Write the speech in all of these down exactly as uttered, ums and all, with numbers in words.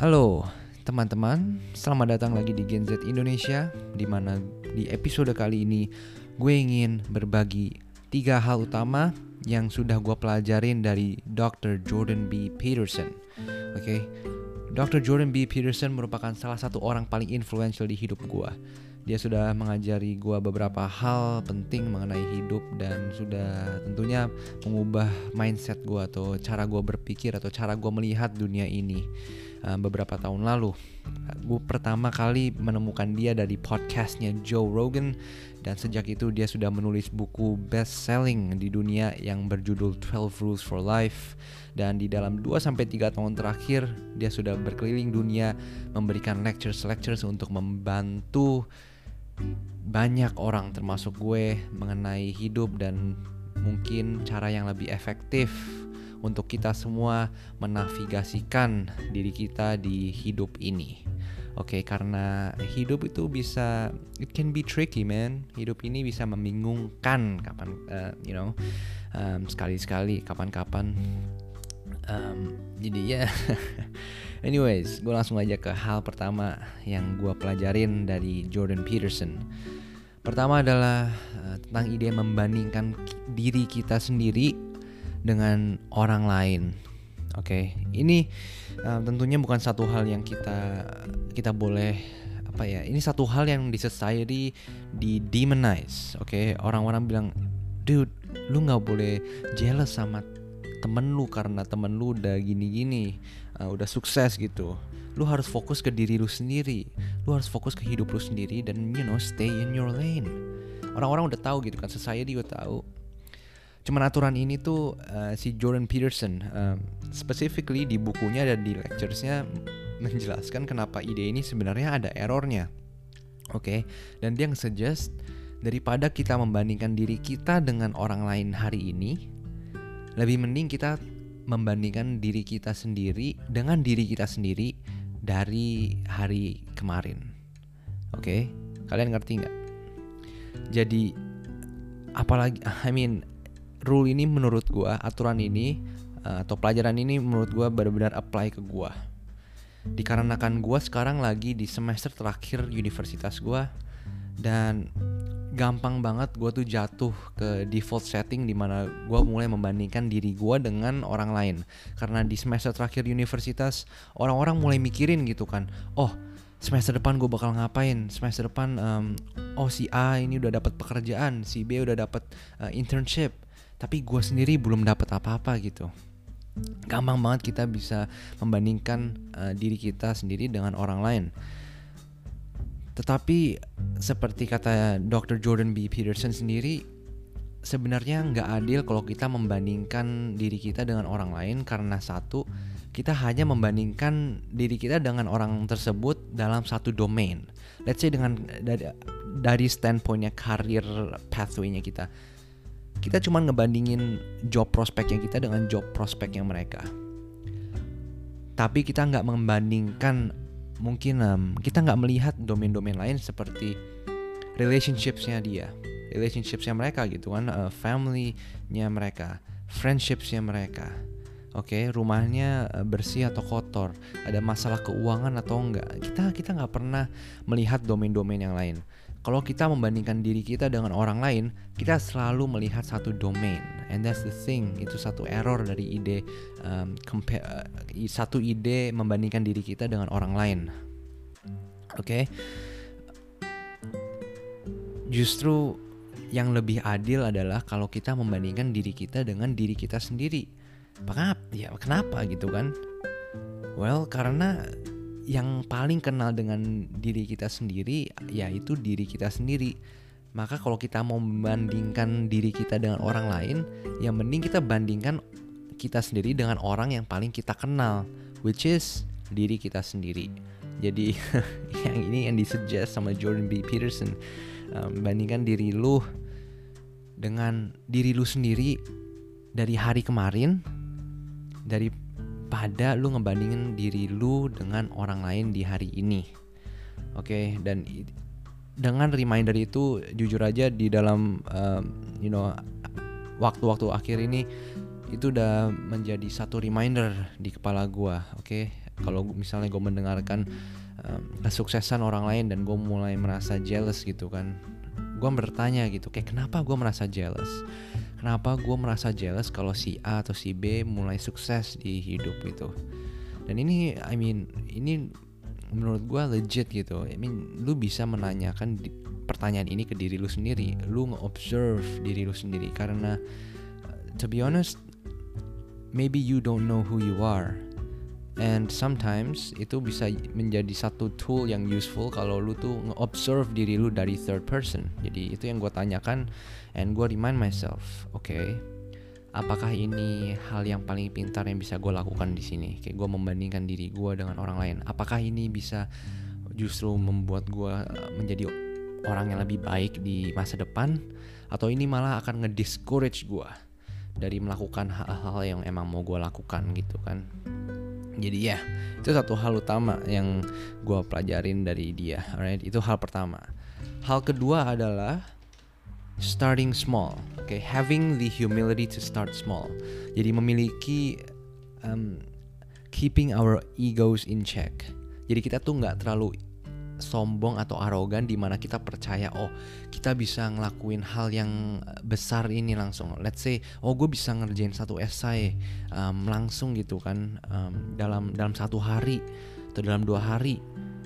Halo teman-teman, selamat datang lagi di Gen Z Indonesia, di mana di episode kali ini gue ingin berbagi tiga hal utama yang sudah gue pelajarin dari dokter Jordan B. Peterson. Oke, okay? dokter Jordan B. Peterson merupakan salah satu orang paling influential di hidup gue. Dia sudah mengajari gue beberapa hal penting mengenai hidup dan sudah tentunya mengubah mindset gue atau cara gue berpikir atau cara gue melihat dunia ini. Uh, beberapa tahun lalu uh, gue pertama kali menemukan dia dari podcastnya Joe Rogan, dan sejak itu dia sudah menulis buku best selling di dunia yang berjudul twelve Rules for Life. Dan di dalam dua sampai tiga tahun terakhir dia sudah berkeliling dunia memberikan lectures-lectures untuk membantu banyak orang termasuk gue mengenai hidup dan mungkin cara yang lebih efektif untuk kita semua menavigasikan diri kita di hidup ini. Oke, okay, karena hidup itu bisa, it can be tricky man. Hidup ini bisa membingungkan kapan, uh, you know, um, sekali-sekali, kapan-kapan. Um, jadi ya, yeah. Anyways, gue langsung aja ke hal pertama yang gue pelajarin dari Jordan Peterson. Pertama adalah uh, tentang ide membandingkan diri kita sendiri dengan orang lain. Oke, okay. Ini uh, tentunya bukan satu hal yang kita kita boleh apa ya? Ini satu hal yang di society di demonize. Oke, okay? Orang-orang bilang, dude, lu nggak boleh jealous sama temen lu karena temen lu udah gini-gini, uh, udah sukses gitu. Lu harus fokus ke diri lu sendiri. Lu harus fokus ke hidup lu sendiri dan you know stay in your lane. Orang-orang udah tahu gitu kan, society udah tahu. Cuman aturan ini tuh uh, si Jordan Peterson uh, specifically di bukunya dan di lecturesnya menjelaskan kenapa ide ini sebenarnya ada errornya. Oke, okay? Dan dia nge-suggest daripada kita membandingkan diri kita dengan orang lain hari ini, lebih mending kita membandingkan diri kita sendiri dengan diri kita sendiri dari hari kemarin. Oke, okay? Kalian ngerti nggak? Jadi apalagi, I mean rule ini menurut gue, aturan ini uh, atau pelajaran ini menurut gue benar-benar apply ke gue. Dikarenakan gue sekarang lagi di semester terakhir universitas gue, dan gampang banget gue tuh jatuh ke default setting di mana gue mulai membandingkan diri gue dengan orang lain. Karena di semester terakhir universitas orang-orang mulai mikirin gitu kan, oh semester depan gue bakal ngapain, semester depan um, oh si A ini udah dapat pekerjaan, si B udah dapat uh, internship, tapi gue sendiri belum dapat apa-apa gitu. Gampang banget kita bisa membandingkan uh, diri kita sendiri dengan orang lain. Tetapi seperti kata dokter Jordan B. Peterson sendiri, sebenarnya nggak adil kalau kita membandingkan diri kita dengan orang lain, karena satu, kita hanya membandingkan diri kita dengan orang tersebut dalam satu domain. Let's say dengan dari, dari standpointnya karir pathway-nya kita. Kita cuma ngebandingin job prospeknya kita dengan job prospeknya mereka. Tapi kita nggak membandingkan, mungkin um, kita nggak melihat domain-domain lain seperti relationships-nya dia, relationships-nya mereka gitu kan, uh, family-nya mereka, friendships-nya mereka. Oke, okay, rumahnya uh, bersih atau kotor, ada masalah keuangan atau enggak. Kita kita nggak pernah melihat domain-domain yang lain. Kalau kita membandingkan diri kita dengan orang lain, kita selalu melihat satu domain, and that's the thing. Itu satu error dari ide um, compa- uh, satu ide membandingkan diri kita dengan orang lain. Oke, okay? Justru yang lebih adil adalah kalau kita membandingkan diri kita dengan diri kita sendiri. Kenapa? Ya kenapa gitu kan? Well, karena yang paling kenal dengan diri kita sendiri yaitu diri kita sendiri. Maka kalau kita mau membandingkan diri kita dengan orang lain, yang mending kita bandingkan kita sendiri dengan orang yang paling kita kenal, which is diri kita sendiri. Jadi yang ini yang disuggest sama Jordan B. Peterson, um, bandingkan diri lu dengan diri lu sendiri dari hari kemarin, dari pada lu ngebandingin diri lu dengan orang lain di hari ini. Oke, okay? Dan dengan reminder itu jujur aja di dalam um, you know waktu-waktu akhir ini itu udah menjadi satu reminder di kepala gua. Oke, okay? Kalau misalnya gue mendengarkan um, kesuksesan orang lain dan gue mulai merasa jealous gitu kan, gue bertanya gitu, kayak kenapa gue merasa jealous? Kenapa gue merasa jealous kalau si A atau si B mulai sukses di hidup gitu? Dan ini, I mean, ini menurut gue legit gitu. I mean, lu bisa menanyakan di, pertanyaan ini ke diri lu sendiri. Lu nge-observe diri lu sendiri. Karena, uh, to be honest, maybe you don't know who you are. And sometimes itu bisa menjadi satu tool yang useful kalau lu tuh nge-observe diri lu dari third person. Jadi itu yang gue tanyakan, and gue remind myself, oke, okay, apakah ini hal yang paling pintar yang bisa gue lakukan di sini? Kayak gue membandingkan diri gue dengan orang lain. Apakah ini bisa justru membuat gue menjadi orang yang lebih baik di masa depan? Atau ini malah akan nge-discourage gue dari melakukan hal-hal yang emang mau gue lakukan gitu kan? Jadi ya, itu satu hal utama yang gue pelajarin dari dia. Alright, itu hal pertama. Hal kedua adalah starting small. Okay, having the humility to start small. Jadi memiliki um, keeping our egos in check. Jadi kita tuh nggak terlalu sombong atau arogan di mana kita percaya oh kita bisa ngelakuin hal yang besar ini langsung. Let's say oh gue bisa ngerjain satu esai um, langsung gitu kan um, dalam dalam satu hari atau dalam dua hari.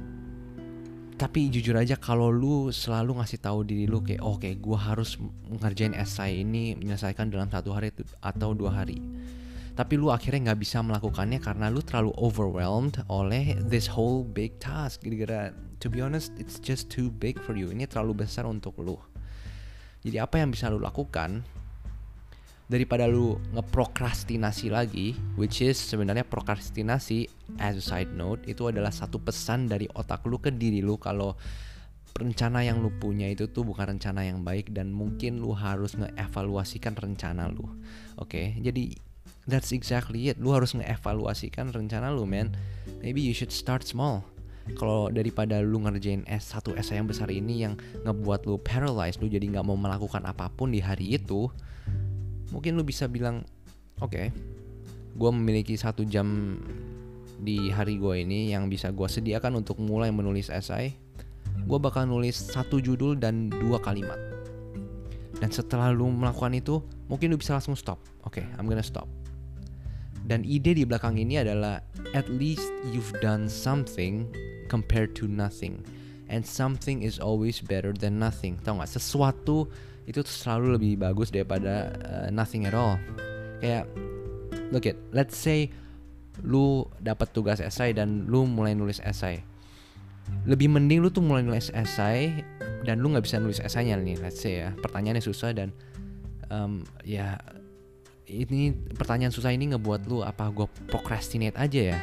Tapi jujur aja kalau lu selalu ngasih tahu diri lu kayak oke okay, gue harus ngerjain esai ini menyelesaikan dalam satu hari atau dua hari, tapi lu akhirnya nggak bisa melakukannya karena lu terlalu overwhelmed oleh this whole big task. Gara-gara, to be honest, it's just too big for you. Ini terlalu besar untuk lu. Jadi apa yang bisa lu lakukan daripada lu ngeprokrastinasi lagi, which is sebenarnya prokrastinasi as a side note itu adalah satu pesan dari otak lu ke diri lu kalau rencana yang lu punya itu tuh bukan rencana yang baik dan mungkin lu harus ngeevaluasikan rencana lu. Oke, okay? Jadi that's exactly it. Lu harus ngeevaluasikan rencana lu, man. Maybe you should start small. Kalau daripada lu ngerjain S satu esai yang besar ini yang ngebuat lu paralyzed, lu jadi gak mau melakukan apapun di hari itu, mungkin lu bisa bilang, oke, okay, gue memiliki satu jam di hari gue ini yang bisa gue sediakan untuk mulai menulis esai. Gue bakal nulis satu judul dan dua kalimat. Dan setelah lu melakukan itu, mungkin lu bisa langsung stop. Oke, okay, I'm gonna stop. Dan ide di belakang ini adalah at least you've done something compared to nothing. And something is always better than nothing. Tahu gak? Sesuatu itu selalu lebih bagus daripada uh, nothing at all. Kayak, look at, let's say lu dapat tugas esai dan lu mulai nulis esai. Lebih mending lu tuh mulai nulis esai dan lu gak bisa nulis esainya nih, let's say ya. Pertanyaannya susah dan um, ya ini pertanyaan susah ini ngebuat lu apa gue procrastinate aja ya.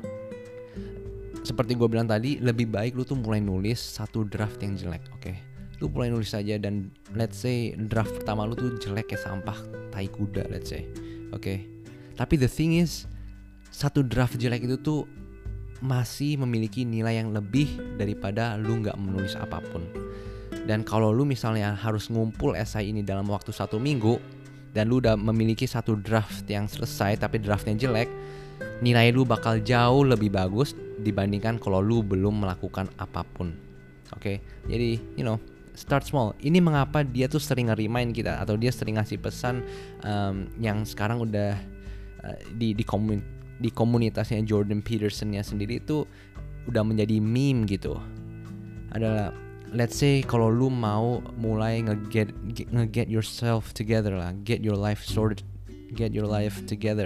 Seperti gue bilang tadi, lebih baik lu tuh mulai nulis satu draft yang jelek, oke? Okay? Lu mulai nulis aja dan let's say draft pertama lu tuh jelek kayak sampah tai kuda, let's say, oke? Okay? Tapi the thing is, satu draft jelek itu tuh masih memiliki nilai yang lebih daripada lu nggak menulis apapun. Dan kalau lu misalnya harus ngumpul esai ini dalam waktu satu minggu dan lu udah memiliki satu draft yang selesai tapi draftnya jelek, nilai lu bakal jauh lebih bagus dibandingkan kalau lu belum melakukan apapun. Oke, okay? Jadi you know, start small. Ini mengapa dia tuh sering nge-remind kita atau dia sering ngasih pesan um, yang sekarang udah uh, di di, komun, di komunitasnya Jordan Peterson-nya sendiri itu udah menjadi meme gitu. Adalah let's say kalau lu mau mulai nge-get nge-get yourself together lah, get your life sorted, get your life together.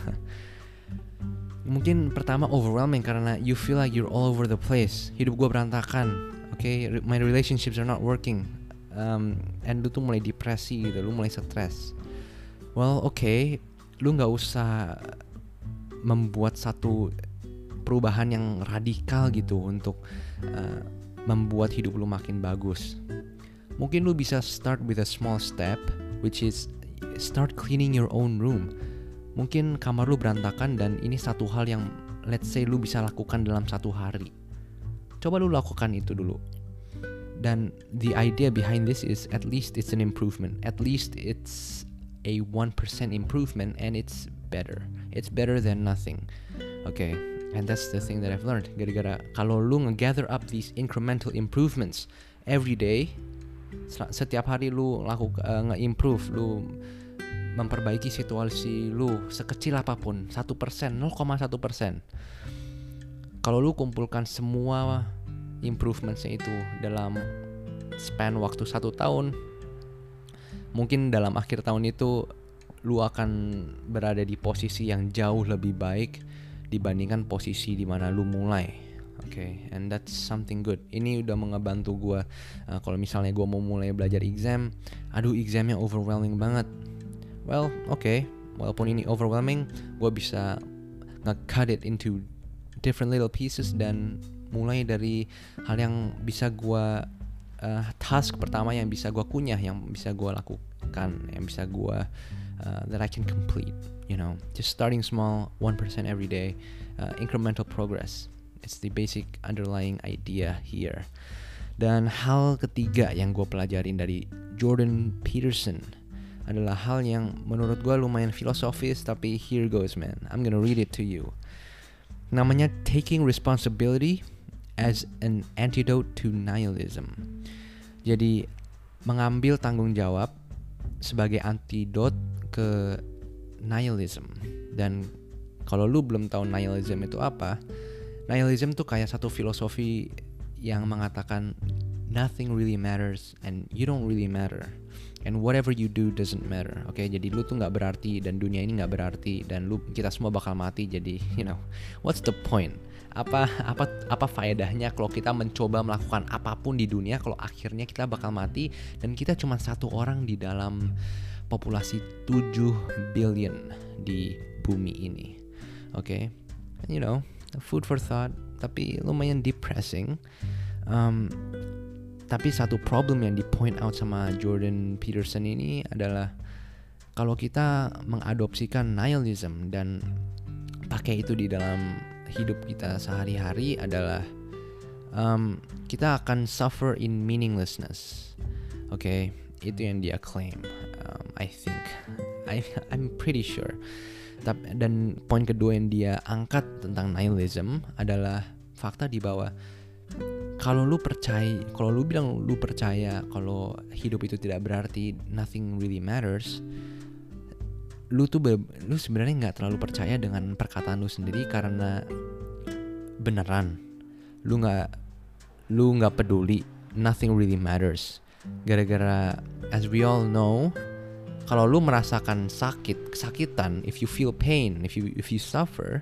Mungkin pertama overwhelming karena you feel like you're all over the place. Hidup gue berantakan, oke, okay? My relationships are not working, um, and lu tuh mulai depresi gitu, lu mulai stres. Well, oke, okay, lu nggak usah membuat satu perubahan yang radikal gitu untuk uh, membuat hidup lu makin bagus. Mungkin lu bisa start with a small step, which is start cleaning your own room. Mungkin kamar lu berantakan dan ini satu hal yang let's say lu bisa lakukan dalam satu hari. Coba lu lakukan itu dulu. Dan the idea behind this is at least it's an improvement. At least it's a one percent improvement and it's better. It's better than nothing. Okay. And that's the thing that I've learned. Gara-gara kalau lu nge-gather up these incremental improvements every day, setiap hari lu laku uh, nge-improve, lu memperbaiki situasi lu sekecil apapun, satu persen, nol koma satu persen. Kalau lu kumpulkan semua improvementsnya itu dalam span waktu satu tahun, mungkin dalam akhir tahun itu lu akan berada di posisi yang jauh lebih baik dibandingkan posisi di mana lu mulai. Oke, okay, and that's something good. Ini udah ngebantu gue. Uh, kalau misalnya gue mau mulai belajar exam, aduh examnya overwhelming banget. Well, oke, okay. Walaupun ini overwhelming, gue bisa nge-cut it into different little pieces dan mulai dari hal yang bisa gue uh, task pertama yang bisa gue kunyah, yang bisa gue lakukan, yang bisa gue uh, that I can complete. You know, just starting small, one percent every day, uh, incremental progress. It's the basic underlying idea here. Dan hal ketiga yang gue pelajarin dari Jordan Peterson adalah hal yang menurut gue lumayan filosofis, tapi here goes man, I'm gonna read it to you. Namanya taking responsibility as an antidote to nihilism. Jadi mengambil tanggung jawab sebagai antidot ke nihilism. Dan kalau lu belum tahu nihilism itu apa, nihilism tuh kayak satu filosofi yang mengatakan nothing really matters and you don't really matter. And whatever you do doesn't matter. Oke, okay? Jadi lu tuh nggak berarti dan dunia ini nggak berarti dan lu kita semua bakal mati. Jadi you know, what's the point? Apa apa apa faedahnya kalau kita mencoba melakukan apapun di dunia kalau akhirnya kita bakal mati dan kita cuma satu orang di dalam populasi tujuh billion di bumi ini. Oke, okay? You know, food for thought, tapi lumayan depressing. Um, Tapi satu problem yang di point out sama Jordan Peterson ini adalah kalau kita mengadopsikan nihilism dan pakai itu di dalam hidup kita sehari-hari adalah um, kita akan suffer in meaninglessness. Oke, okay? Itu yang dia claim. Um, I think, I, I'm pretty sure. Dan poin kedua yang dia angkat tentang nihilism adalah fakta di bawah. Kalau lu percaya, kalau lu bilang lu percaya kalau hidup itu tidak berarti, nothing really matters, lu tuh be- lu sebenarnya nggak terlalu percaya dengan perkataan lu sendiri karena beneran lu nggak lu nggak peduli, nothing really matters. Gara-gara as we all know, kalau lu merasakan sakit, kesakitan, if you feel pain, if you if you suffer,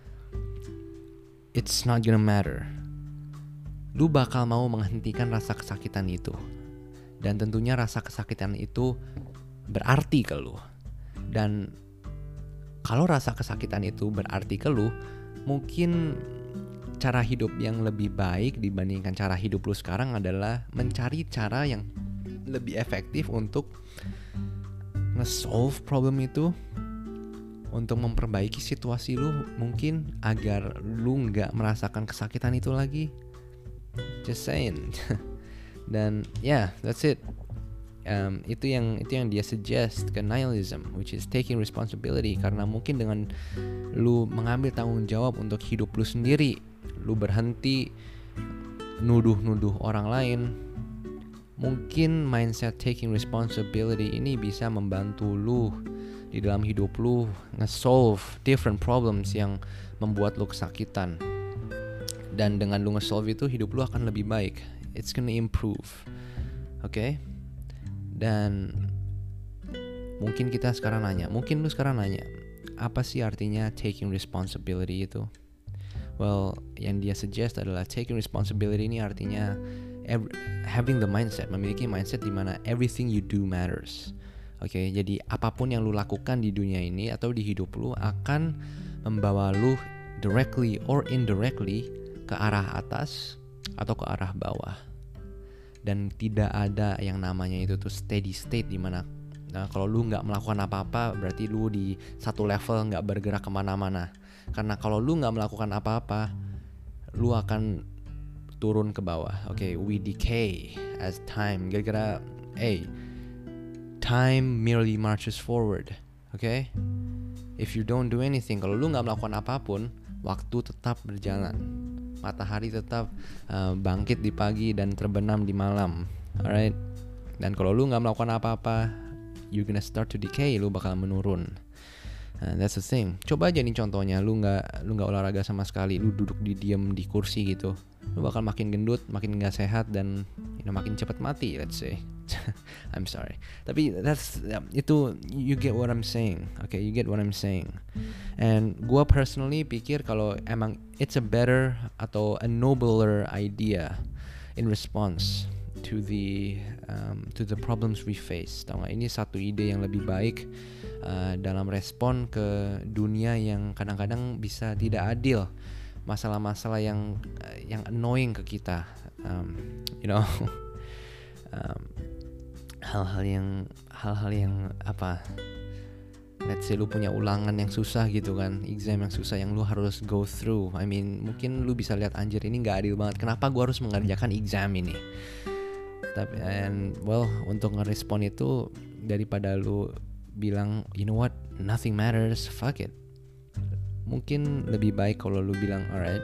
it's not gonna matter. Lu bakal mau menghentikan rasa kesakitan itu. Dan tentunya rasa kesakitan itu berarti ke lu. Dan kalau rasa kesakitan itu berarti ke lu, mungkin cara hidup yang lebih baik dibandingkan cara hidup lu sekarang adalah mencari cara yang lebih efektif untuk nge-solve problem itu, untuk memperbaiki situasi lu mungkin agar lu gak merasakan kesakitan itu lagi. Just saying. Dan yeah, that's it. Um, itu yang itu yang dia suggest ke nihilism, which is taking responsibility. Karena mungkin dengan lu mengambil tanggung jawab untuk hidup lu sendiri, lu berhenti nuduh-nuduh orang lain, mungkin mindset taking responsibility ini bisa membantu lu di dalam hidup lu nge-solve different problems yang membuat lu kesakitan. Dan dengan lu nge-solve itu, hidup lu akan lebih baik. It's gonna improve. Oke? Okay? Dan mungkin kita sekarang nanya, mungkin lu sekarang nanya, apa sih artinya taking responsibility itu? Well, yang dia suggest adalah taking responsibility ini artinya every, having the mindset, memiliki mindset di mana everything you do matters. Oke, okay? Jadi apapun yang lu lakukan di dunia ini atau di hidup lu akan membawa lu directly or indirectly ke arah atas atau ke arah bawah. Dan tidak ada yang namanya itu tuh steady state di mana nah, kalau lu nggak melakukan apa-apa berarti lu di satu level nggak bergerak kemana-mana. Karena kalau lu nggak melakukan apa-apa, lu akan turun ke bawah. Oke, okay, we decay as time. Gara-gara, hey, time merely marches forward. Oke, okay? If you don't do anything, kalau lu nggak melakukan apapun, waktu tetap berjalan, matahari tetap uh, bangkit di pagi dan terbenam di malam, alright. Dan kalau lu nggak melakukan apa-apa, you're gonna start to decay, lu bakal menurun. Uh, that's the thing. Coba aja nih contohnya, lu nggak lu nggak olahraga sama sekali, lu duduk di diam di kursi gitu, lu bakal makin gendut, makin nggak sehat, dan you know, makin cepat mati, let's say. I'm sorry, tapi that's um, itu you get what I'm saying, okay? You get what I'm saying. And gua personally pikir kalau emang it's a better atau a nobler idea in response to the um, to the problems we face. Tahu nggak? Ini satu ide yang lebih baik uh, dalam respon ke dunia yang kadang-kadang bisa tidak adil, masalah-masalah yang uh, yang annoying ke kita, um, you know. um, hal-hal yang hal-hal yang apa, let's say lu punya ulangan yang susah gitu kan, exam yang susah yang lu harus go through. I mean, mungkin lu bisa lihat, anjir ini nggak adil banget, kenapa gua harus mengerjakan exam ini. Tapi and well, untuk ngerespon itu, daripada lu bilang you know what, nothing matters, fuck it, mungkin lebih baik kalau lu bilang alright,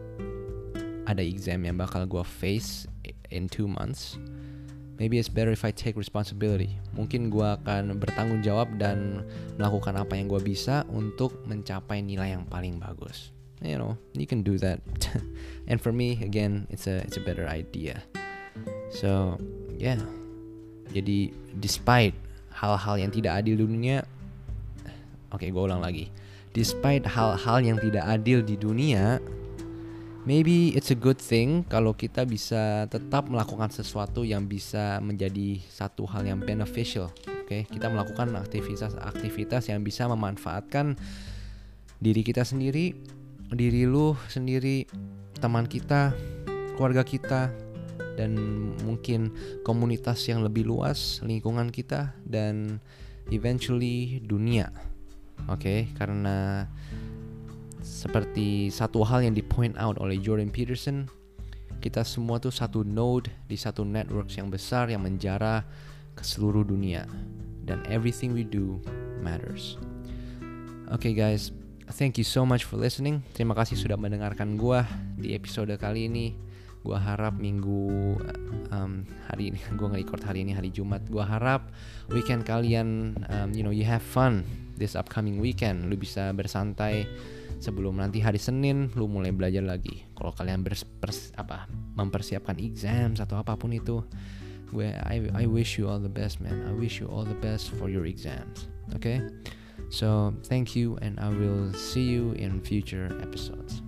ada exam yang bakal gua face in two months. Maybe it's better if I take responsibility. Mungkin gue akan bertanggung jawab dan melakukan apa yang gue bisa untuk mencapai nilai yang paling bagus. You know, you can do that. And for me, again, it's a it's a better idea. So, yeah. Jadi, despite hal-hal yang tidak adil di dunia, oke, okay, gue ulang lagi. Despite hal-hal yang tidak adil di dunia, maybe it's a good thing kalau kita bisa tetap melakukan sesuatu yang bisa menjadi satu hal yang beneficial. Oke, okay? Kita melakukan aktivitas-aktivitas yang bisa memanfaatkan diri kita sendiri, diri lu sendiri, teman kita, keluarga kita, dan mungkin komunitas yang lebih luas, lingkungan kita, dan eventually dunia. Oke, okay? Karena seperti satu hal yang di point out oleh Jordan Peterson, kita semua tuh satu node di satu network yang besar yang menjara ke seluruh dunia, dan everything we do matters. Oke okay guys, thank you so much for listening. Terima kasih sudah mendengarkan gua di episode kali ini. Gua harap minggu um, hari ini, gua nge-record hari ini hari Jumat, gua harap weekend kalian um, you know, you have fun this upcoming weekend. Lu bisa bersantai sebelum nanti hari Senin lu mulai belajar lagi. Kalau kalian bers, pers, apa, mempersiapkan exams atau apapun itu, gue I, I wish you all the best, man. I wish you all the best for your exams. Okay? So, thank you, and I will see you in future episodes.